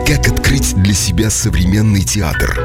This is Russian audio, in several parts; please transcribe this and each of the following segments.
Как открыть для себя современный театр?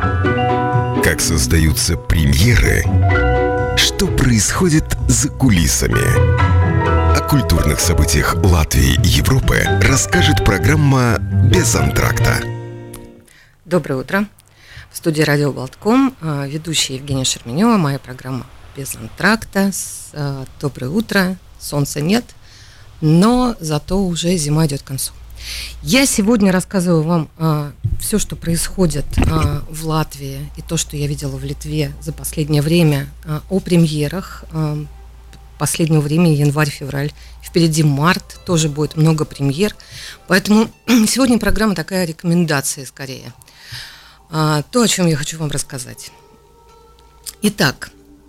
Как создаются премьеры? Что происходит за кулисами? О культурных событиях Латвии и Европы расскажет программа «Без антракта». Доброе утро. В студии «Радио Болтком» ведущая Евгения Шерменева. Моя программа «Без антракта». Доброе утро. Солнца нет, но зато уже зима идет к концу. Я сегодня рассказываю вам все, что происходит в Латвии и то, что я видела в Литве за последнее время, о премьерах последнего времени, январь-февраль. Впереди март, тоже будет много премьер. Поэтому сегодня программа такая рекомендация скорее. То, о чем я хочу вам рассказать. Итак,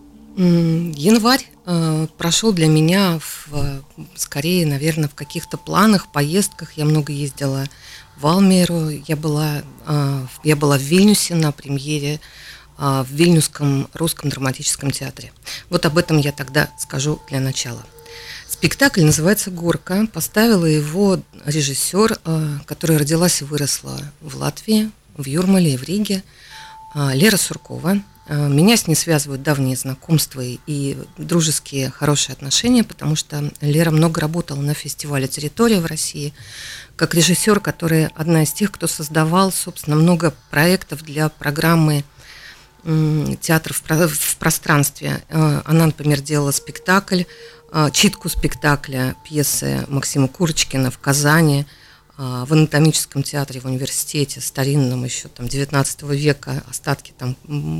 январь прошел для меня скорее, наверное, в каких-то планах, поездках. Я много ездила в Алмеру, я была в Вильнюсе на премьере в Вильнюсском русском драматическом театре. Вот об этом я тогда скажу для начала. Спектакль называется «Горка». Поставила его режиссер, которая родилась и выросла в Латвии, в Юрмале и в Риге, Лера Суркова. Меня с ней связывают давние знакомства и дружеские, хорошие отношения, потому что Лера много работала на фестивале «Территория» в России, как режиссер, которая одна из тех, кто создавал, собственно, много проектов для программы «Театр в пространстве». Она, например, делала спектакль, читку спектакля, пьесы Максима Курочкина в Казани, в анатомическом театре в университете, старинном еще там 19 века, остатки там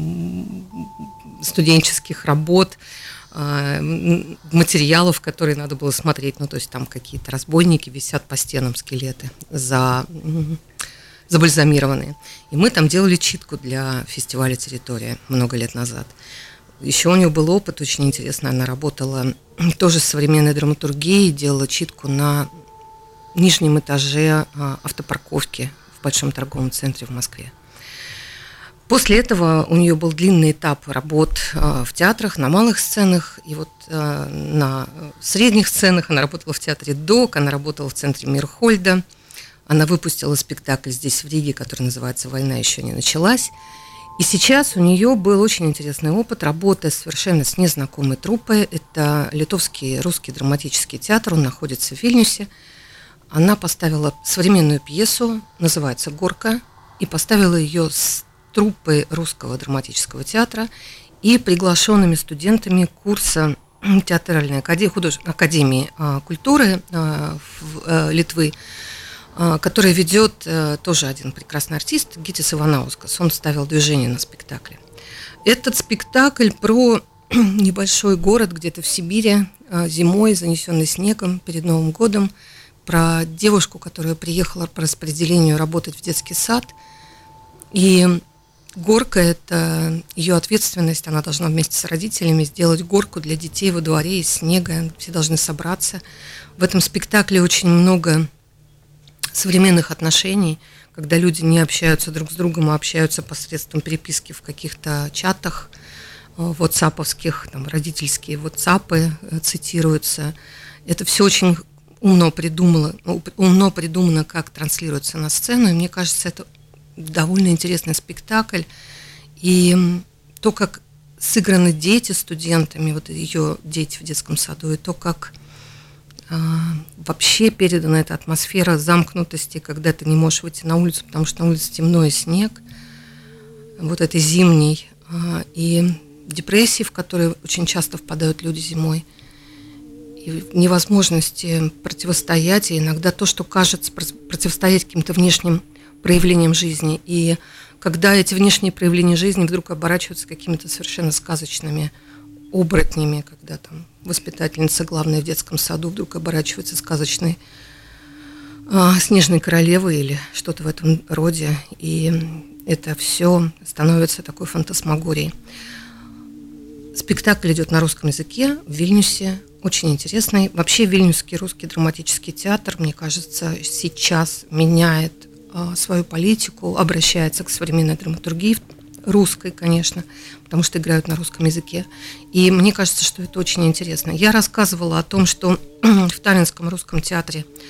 студенческих работ, материалов, которые надо было смотреть, ну то есть там какие-то разбойники висят по стенам, скелеты забальзамированные. И мы там делали читку для фестиваля «Территория» много лет назад. Еще у нее был опыт очень интересный, она работала тоже с современной драматургией, делала читку на нижнем этаже автопарковки в Большом торговом центре в Москве. После этого у нее был длинный этап работ в театрах, на малых сценах, и вот на средних сценах она работала в театре ДОК, она работала в центре Мирхольда, она выпустила спектакль здесь в Риге, который называется «Война еще не началась». И сейчас у нее был очень интересный опыт работы совершенно с незнакомой труппой. Это Литовский русский драматический театр, он находится в Вильнюсе. Она поставила современную пьесу, называется «Горка», и поставила ее с труппой Русского драматического театра и приглашенными студентами курса театральной академии культуры Литвы, который ведет тоже один прекрасный артист, Гитис Иванаускас. Он ставил движение на спектакле. Этот спектакль про небольшой город где-то в Сибири, зимой, занесенный снегом перед Новым годом, про девушку, которая приехала по распределению работать в детский сад. И горка – это ее ответственность, она должна вместе с родителями сделать горку для детей во дворе из снега, все должны собраться. В этом спектакле очень много современных отношений, когда люди не общаются друг с другом, а общаются посредством переписки в каких-то чатах ватсаповских, там родительские ватсапы цитируются. Это все очень умно придумано, как транслируется на сцену, и мне кажется, это довольно интересный спектакль. И то, как сыграны дети студентами, вот ее дети в детском саду, и то, как вообще передана эта атмосфера замкнутости, когда ты не можешь выйти на улицу, потому что на улице темно и снег, вот этой зимней, и депрессии, в которые очень часто впадают люди зимой, и невозможности противостоять, и иногда то, что кажется противостоять каким-то внешним проявлениям жизни, и когда эти внешние проявления жизни вдруг оборачиваются какими-то совершенно сказочными оборотнями, когда там воспитательница главная в детском саду вдруг оборачивается сказочной снежной королевой или что-то в этом роде, и это все становится такой фантасмагорией. Спектакль идет на русском языке в Вильнюсе, очень интересный. Вообще Вильнюсский русский драматический театр, мне кажется, сейчас меняет свою политику, обращается к современной драматургии, русской, конечно, потому что играют на русском языке. И мне кажется, что это очень интересно. Я рассказывала о том, что в Таллинском русском театре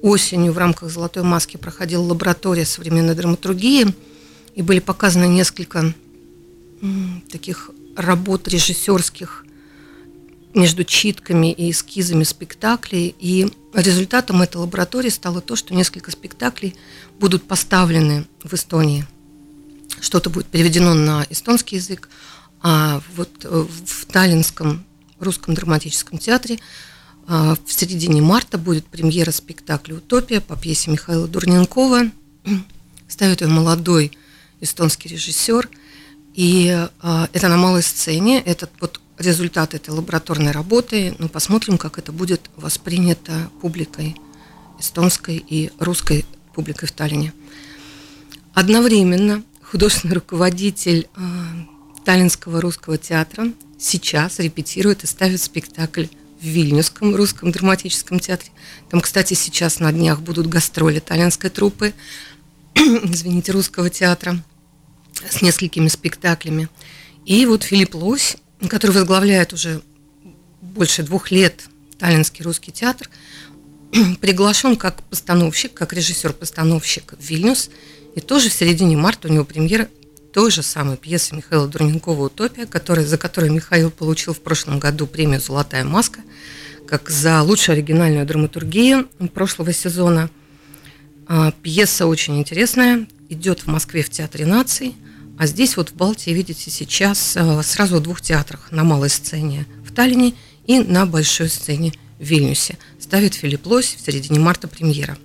осенью в рамках «Золотой маски» проходила лаборатория современной драматургии, и были показаны несколько таких работ режиссерских между читками и эскизами спектаклей. И результатом этой лаборатории стало то, что несколько спектаклей будут поставлены в Эстонии. Что-то будет переведено на эстонский язык, а вот в Таллинском русском драматическом театре в середине марта будет премьера спектакля «Утопия» по пьесе Михаила Дурненкова. Ставит ее молодой эстонский режиссер. И это на малой сцене. Это вот результат этой лабораторной работы. Ну, посмотрим, как это будет воспринято публикой эстонской и русской публикой в Таллине. Одновременно художественный руководитель Таллинского русского театра сейчас репетирует и ставит спектакль в Вильнюсском русском драматическом театре. Там, кстати, сейчас на днях будут гастроли таллинской труппы, русского театра с несколькими спектаклями. И вот Филипп Лось, который возглавляет уже больше 2 лет Таллинский русский театр, приглашен как постановщик, как режиссер-постановщик в Вильнюс. И тоже в середине марта у него премьера той же самой пьесы Михаила Дурненкова «Утопия», за которую Михаил получил в прошлом году премию «Золотая маска», как за лучшую оригинальную драматургию прошлого сезона. Пьеса очень интересная, идет в Москве в Театре наций, а здесь вот в Балтии, видите, сейчас сразу в 2 театрах, на малой сцене в Таллине и на большой сцене в Вильнюсе. Ставит Филипп Лось, в середине марта премьера.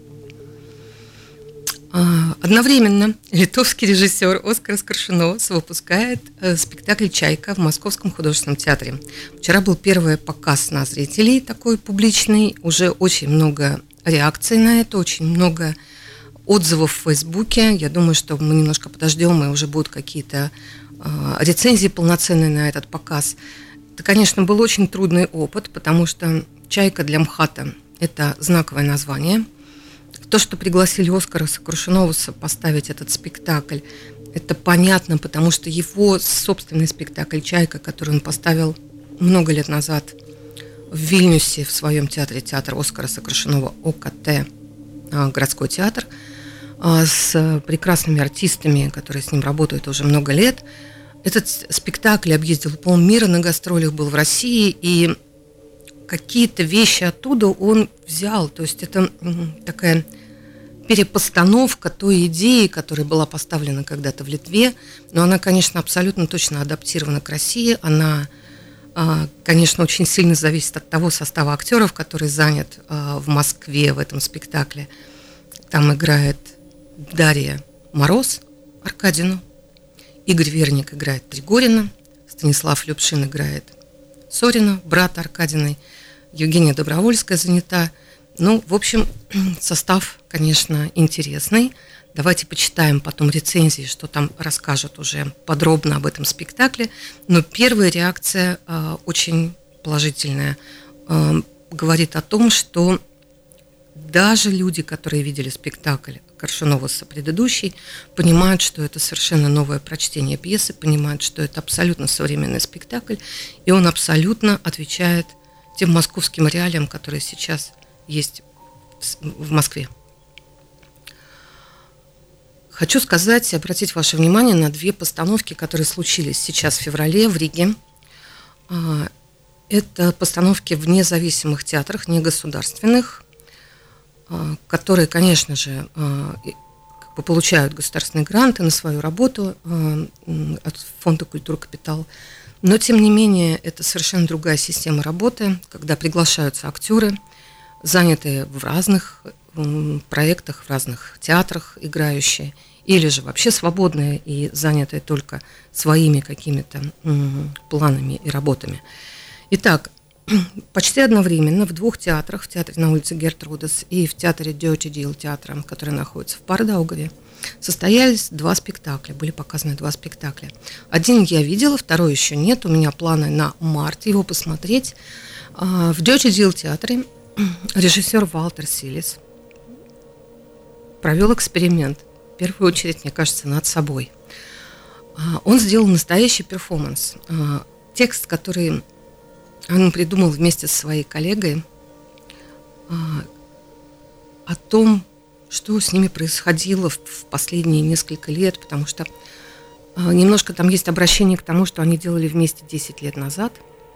Одновременно литовский режиссер Оскарас Коршуновas выпускает спектакль «Чайка» в Московском художественном театре. Вчера был первый показ на зрителей, такой публичный, уже очень много реакций на это, очень много отзывов в Фейсбуке. Я думаю, что мы немножко подождем, и уже будут какие-то рецензии полноценные на этот показ. Это, конечно, был очень трудный опыт, потому что «Чайка» для МХАТа – это знаковое название. То, что пригласили Оскараса Коршуноваса поставить этот спектакль, это понятно, потому что его собственный спектакль «Чайка», который он поставил много лет назад в Вильнюсе в своем театре, театр Оскараса Коршунова ОКТ, городской театр, с прекрасными артистами, которые с ним работают уже много лет. Этот спектакль объездил полмира на гастролях, был в России, и какие-то вещи оттуда он взял. То есть это такая перепостановка той идеи, которая была поставлена когда-то в Литве, но она, конечно, абсолютно точно адаптирована к России. Она, конечно, очень сильно зависит от того состава актеров, который занят в Москве в этом спектакле. Там играет Дарья Мороз Аркадину, Игорь Верник играет Тригорина, Станислав Любшин играет Сорина, брата Аркадиной, Евгения Добровольская занята. Ну, в общем, состав, конечно, интересный. Давайте почитаем потом рецензии, что там расскажут уже подробно об этом спектакле. Но первая реакция очень положительная. Говорит о том, что даже люди, которые видели спектакль Коршуноваса предыдущий, понимают, что это совершенно новое прочтение пьесы, понимают, что это абсолютно современный спектакль, и он абсолютно отвечает тем московским реалиям, которые сейчас есть в Москве. Хочу сказать и обратить ваше внимание на 2 постановки, которые случились сейчас в феврале в Риге. Это постановки в независимых театрах, негосударственных, которые, конечно же, получают государственные гранты на свою работу от Фонда культуры «Капитал». Но, тем не менее, это совершенно другая система работы, когда приглашаются актеры, занятые в разных проектах, в разных театрах играющие, или же вообще свободные и занятые только своими какими-то планами и работами. Итак, почти одновременно в 2 театрах, в театре на улице Гертрудес и в театре Deutsche Deal театра, который находится в Пардаугаве, состоялись 2 спектакля, были показаны 2 спектакля. Один я видела, второй еще нет, у меня планы на март его посмотреть. В Deutsche Deal театре режиссер Валтер Силис провел эксперимент, в первую очередь, мне кажется, над собой. Он сделал настоящий перформанс. Текст, который он придумал вместе со своей коллегой, о том, что с ними происходило в последние несколько лет, потому что немножко там есть обращение к тому, что они делали вместе 10 лет назад.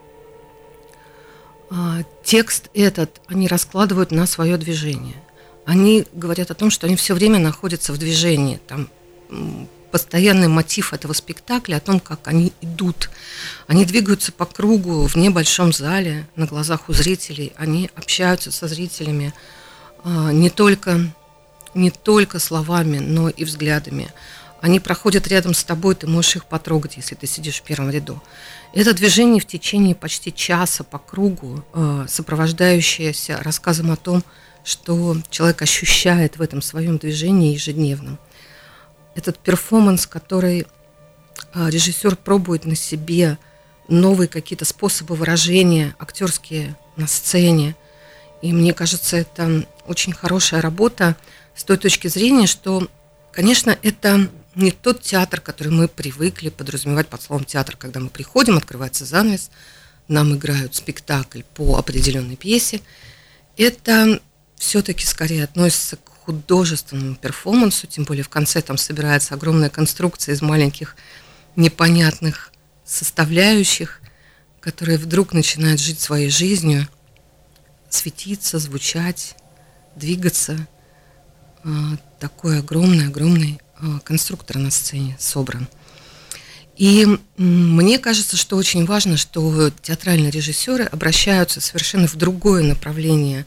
Текст этот они раскладывают на свое движение. Они говорят о том, что они все время находятся в движении. Там постоянный мотив этого спектакля о том, как они идут. Они двигаются по кругу в небольшом зале, на глазах у зрителей. Они общаются со зрителями не только словами, но и взглядами. Они проходят рядом с тобой, ты можешь их потрогать, если ты сидишь в первом ряду. Это движение в течение почти часа по кругу, сопровождающееся рассказом о том, что человек ощущает в этом своем движении ежедневном. Этот перформанс, который режиссер пробует на себе, новые какие-то способы выражения, актерские на сцене. И мне кажется, это очень хорошая работа с той точки зрения, что, конечно, это не тот театр, который мы привыкли подразумевать под словом театр, когда мы приходим, открывается занавес, нам играют спектакль по определенной пьесе. Это все-таки скорее относится к художественному перформансу, тем более в конце там собирается огромная конструкция из маленьких непонятных составляющих, которые вдруг начинают жить своей жизнью, светиться, звучать, двигаться. Такой огромный конструктор на сцене собран. И мне кажется, что очень важно, что театральные режиссеры обращаются совершенно в другое направление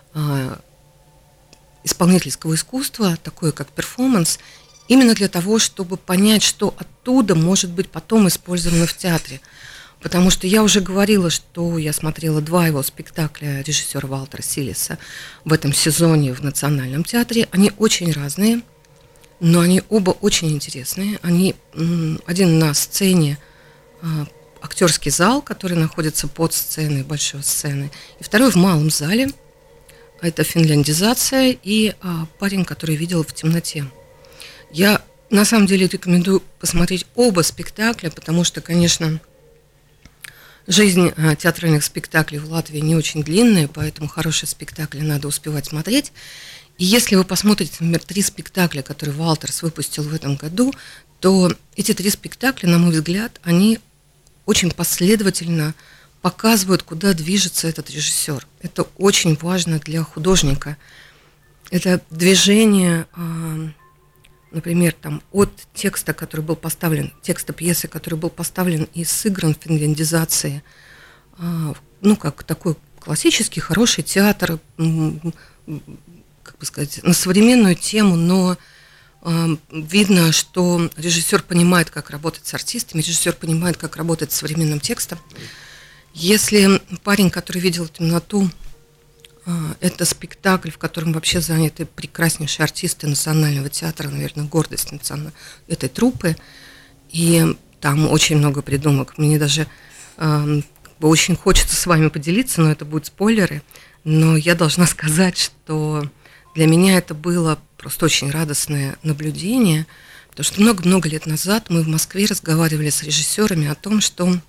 исполнительского искусства, такое как перформанс, именно для того, чтобы понять, что оттуда может быть потом использовано в театре. Потому что я уже говорила, что я смотрела 2 его спектакля режиссера Валтера Силиса в этом сезоне в Национальном театре. Они очень разные, но они оба очень интересные. Они, один на сцене, актерский зал, который находится под сценой, большой сцены, и второй в малом зале. Это финляндизация и парень, который видел в темноте. Я на самом деле рекомендую посмотреть оба спектакля, потому что, конечно, жизнь театральных спектаклей в Латвии не очень длинная, поэтому хорошие спектакли надо успевать смотреть. И если вы посмотрите, например, 3 спектакля, которые Валтерс выпустил в этом году, то эти 3 спектакля, на мой взгляд, они очень последовательно показывают, куда движется этот режиссер. Это очень важно для художника. Это движение, например, там, от текста, который был поставлен, текста пьесы, который был поставлен и сыгран в финляндизации, как такой классический, хороший театр, как бы сказать, на современную тему, но видно, что режиссер понимает, как работать с артистами, режиссер понимает, как работать с современным текстом. Если парень, который видел темноту, это спектакль, в котором вообще заняты прекраснейшие артисты Национального театра, наверное, гордость этой труппы, и там очень много придумок. Мне даже очень хочется с вами поделиться, но это будут спойлеры, но я должна сказать, что для меня это было просто очень радостное наблюдение, потому что много-много лет назад мы в Москве разговаривали с режиссерами о том, что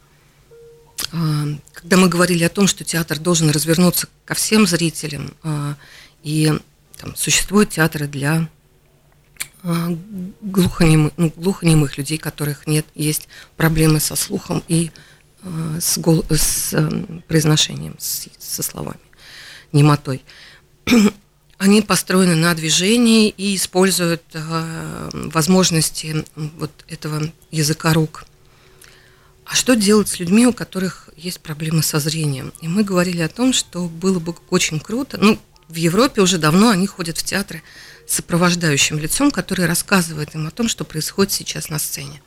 когда мы говорили о том, что театр должен развернуться ко всем зрителям, и там существуют театры для глухонемых людей, у которых есть проблемы со слухом и с произношением, со словами, немотой. Они построены на движении и используют возможности вот этого языка рук. А что делать с людьми, у которых есть проблемы со зрением? И мы говорили о том, что было бы очень круто. В Европе уже давно они ходят в театры с сопровождающим лицом, который рассказывает им о том, что происходит сейчас на сцене.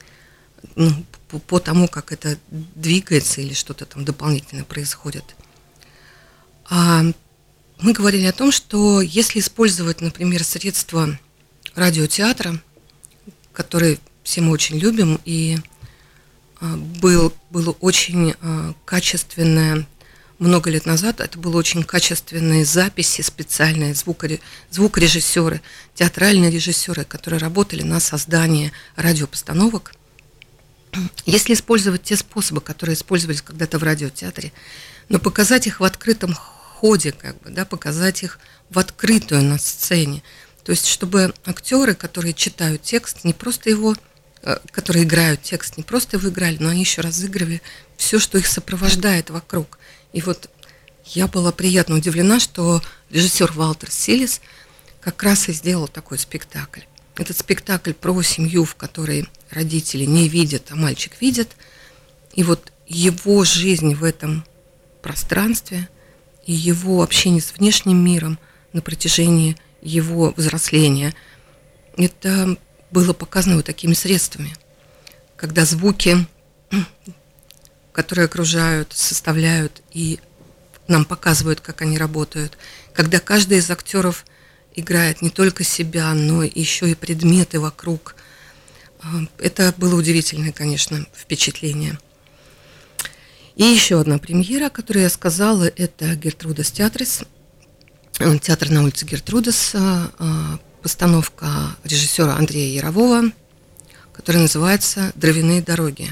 По тому, как это двигается или что-то там дополнительно происходит. А мы говорили о том, что если использовать, например, средства радиотеатра, которые все мы очень любим, и было очень качественное, много лет назад, это было очень качественные записи специальные, звукорежиссеры, театральные режиссеры, которые работали на создание радиопостановок. Если использовать те способы, которые использовались когда-то в радиотеатре, но показать их в открытом ходе, показать их в открытую на сцене. То есть, чтобы актеры, которые читают текст, не просто его, которые играют текст, не просто его играли, но они еще разыгрывали все, что их сопровождает вокруг. И вот я была приятно удивлена, что режиссер Валтер Силис как раз и сделал такой спектакль. Этот спектакль про семью, в которой родители не видят, а мальчик видит. И вот его жизнь в этом пространстве и его общение с внешним миром на протяжении его взросления, это было показано вот такими средствами. Когда звуки, которые окружают, составляют и нам показывают, как они работают. Когда каждый из актеров играет не только себя, но еще и предметы вокруг. Это было удивительное, конечно, впечатление. И еще одна премьера, о которой я сказала, это «Гертрудас Театрис», театр на улице Гертрудас, постановка режиссера Андрея Ярового, которая называется «Дровяные дороги».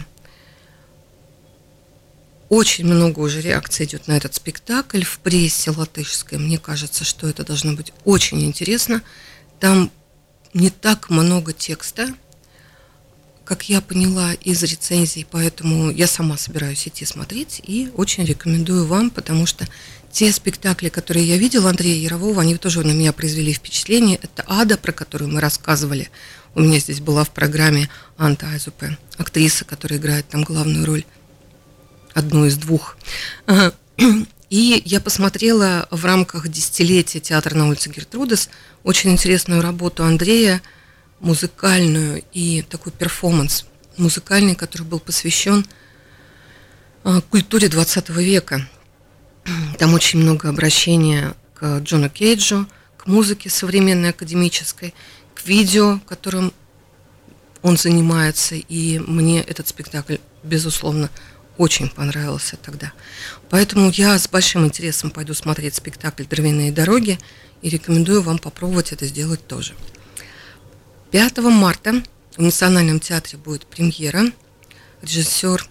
Очень много уже реакций идет на этот спектакль в прессе латышской. Мне кажется, что это должно быть очень интересно. Там не так много текста, как я поняла из рецензий, поэтому я сама собираюсь идти смотреть и очень рекомендую вам, потому что те спектакли, которые я видела Андрея Ярового, они тоже на меня произвели впечатление. Это «Ада», про которую мы рассказывали. У меня здесь была в программе Анта Айзупе, актриса, которая играет там главную роль. Одну из двух. И я посмотрела в рамках десятилетия театра на улице Гертрудас очень интересную работу Андрея, музыкальную и такой перформанс музыкальный, который был посвящен культуре 20 века. Там очень много обращения к Джону Кейджу, к музыке современной академической, к видео, которым он занимается. И мне этот спектакль, безусловно, очень понравился тогда. Поэтому я с большим интересом пойду смотреть спектакль «Дровяные дороги» и рекомендую вам попробовать это сделать тоже. 5 марта в Национальном театре будет премьера. Режиссер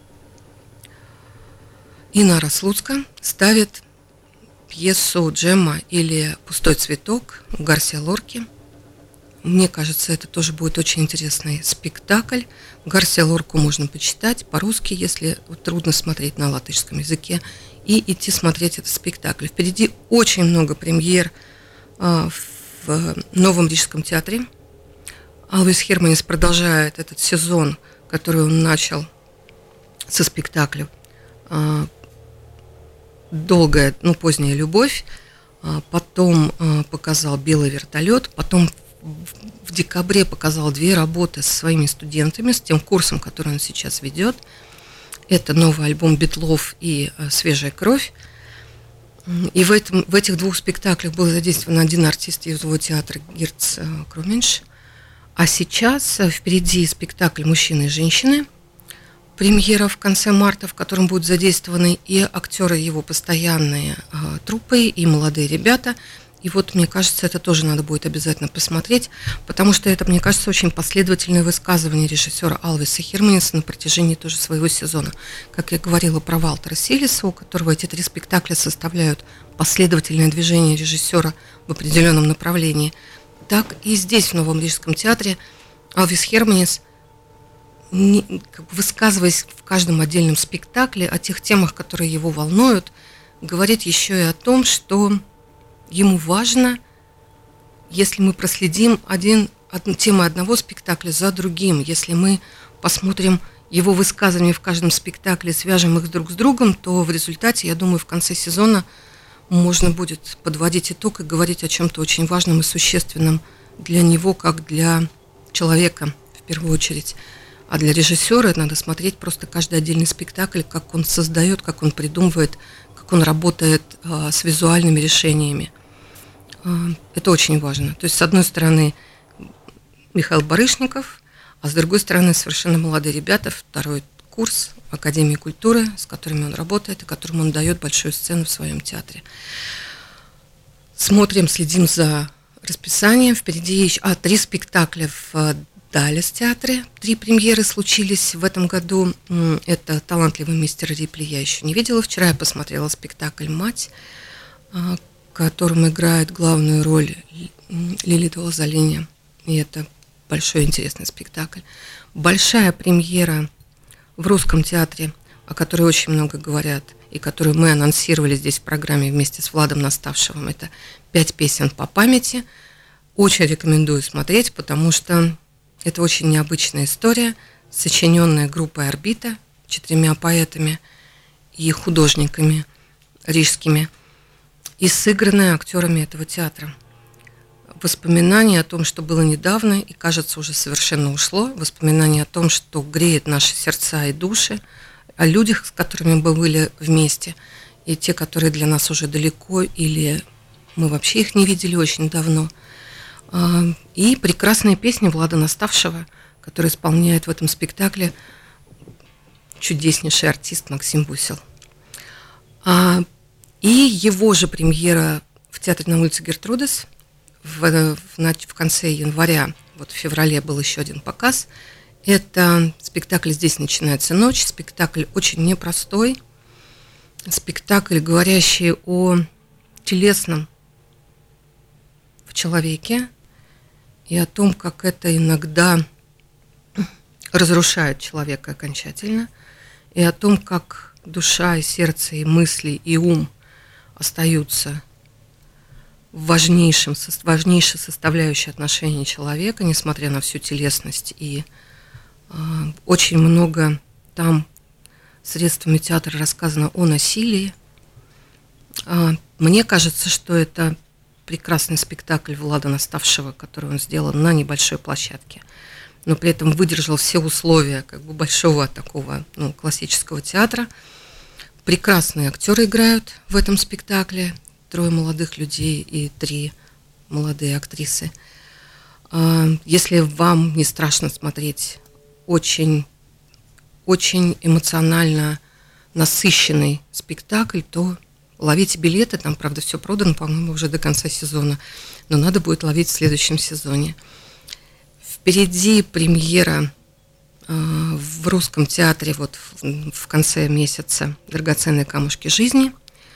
Инара Слуцка ставит пьесу «Джемма» или «Пустой цветок» Гарсия Лорки. Мне кажется, это тоже будет очень интересный спектакль. Гарсия Лорку можно почитать по-русски, если трудно смотреть на латышском языке, и идти смотреть этот спектакль. Впереди очень много премьер в Новом Рижском театре. Алвис Херманис продолжает этот сезон, который он начал со спектакля «Долгая, поздняя любовь», потом показал «Белый вертолет», потом в декабре показал 2 работы со своими студентами, с тем курсом, который он сейчас ведет. Это новый альбом «Битлов» и «Свежая кровь». И в этих 2 спектаклях был задействован один артист из его театра, Герц Круменш. А сейчас впереди спектакль «Мужчины и женщины», премьера в конце марта, в котором будут задействованы и актеры его постоянные труппы, и молодые ребята. И вот, мне кажется, это тоже надо будет обязательно посмотреть, потому что это, мне кажется, очень последовательное высказывание режиссера Алвиса Херманиса на протяжении тоже своего сезона. Как я говорила про Валтера Силиса, у которого эти 3 спектакля составляют последовательное движение режиссера в определенном направлении, так и здесь, в Новом Рижском театре, Алвис Херманис, высказываясь в каждом отдельном спектакле о тех темах, которые его волнуют, говорит еще и о том, что ему важно, если мы проследим темы одного спектакля за другим, если мы посмотрим его высказывания в каждом спектакле, свяжем их друг с другом, то в результате, я думаю, в конце сезона можно будет подводить итог и говорить о чем-то очень важном и существенном для него, как для человека, в первую очередь. А для режиссера надо смотреть просто каждый отдельный спектакль, как он создает, как он придумывает, как он работает с визуальными решениями. Это очень важно. То есть, с одной стороны, Михаил Барышников, а с другой стороны, совершенно молодые ребята, 2-й курс Академии культуры, с которыми он работает и которым он дает большую сцену в своем театре. Смотрим, следим за расписанием. Впереди еще 3 спектакля в Далес театре. 3 премьеры случились в этом году. Это «Талантливый мистер Рипли» я еще не видела. Вчера я посмотрела спектакль «Мать». котором играет главную роль Лилит Лазалини. И это большой интересный спектакль. Большая премьера в Русском театре, о которой очень много говорят, и которую мы анонсировали здесь в программе вместе с Владом Наставшевым. Это 5 песен по памяти. Очень рекомендую смотреть, потому что это очень необычная история, сочиненная группой «Орбита», 4 поэтами и художниками рижскими, и сыгранная актерами этого театра. Воспоминания о том, что было недавно и, кажется, уже совершенно ушло, воспоминания о том, что греет наши сердца и души, о людях, с которыми мы были вместе, и те, которые для нас уже далеко, или мы вообще их не видели очень давно. И прекрасные песни Влада Наставшева, который исполняет в этом спектакле чудеснейший артист Максим Бусел. И его же премьера в театре на улице Гертрудес в конце января, вот в феврале был еще один показ. Это спектакль «Здесь начинается ночь», спектакль очень непростой, спектакль, говорящий о телесном в человеке и о том, как это иногда разрушает человека окончательно, и о том, как душа и сердце, и мысли, и ум остаются важнейшей составляющей отношений человека, несмотря на всю телесность. И очень много там средствами театра рассказано о насилии. Мне кажется, что это прекрасный спектакль Влада Наставшева, который он сделал на небольшой площадке, но при этом выдержал все условия как бы большого такого классического театра. Прекрасные актеры играют в этом спектакле, 3 молодых людей и 3 молодые актрисы. Если вам не страшно смотреть очень, очень эмоционально насыщенный спектакль, то ловите билеты, там, правда, все продано, по-моему, уже до конца сезона, но надо будет ловить в следующем сезоне. Впереди премьера в Русском театре вот в конце месяца «Драгоценные камушки жизни».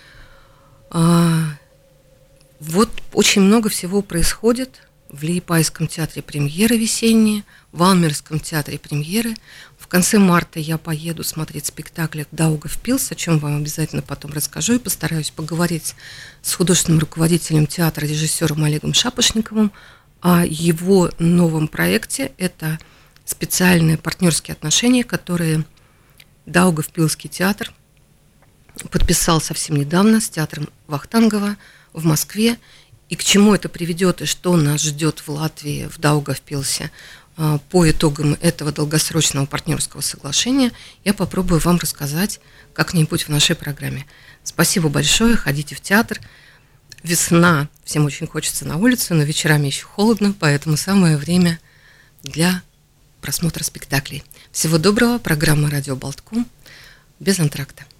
Вот очень много всего происходит. В Лиепайском театре премьеры весенние, в Алмерском театре премьеры. В конце марта я поеду смотреть спектакль «Даугавпилс», о чем вам обязательно потом расскажу, и постараюсь поговорить с художественным руководителем театра, режиссером Олегом Шапошниковым о его новом проекте. Это специальные партнерские отношения, которые Даугавпилский театр подписал совсем недавно с театром Вахтангова в Москве. И к чему это приведет, и что нас ждет в Латвии, в Даугавпилсе по итогам этого долгосрочного партнерского соглашения, я попробую вам рассказать как-нибудь в нашей программе. Спасибо большое, ходите в театр. Весна, всем очень хочется на улицу, но вечерами еще холодно, поэтому самое время для просмотра спектаклей. Всего доброго, программа «Радио Болтком» без антракта.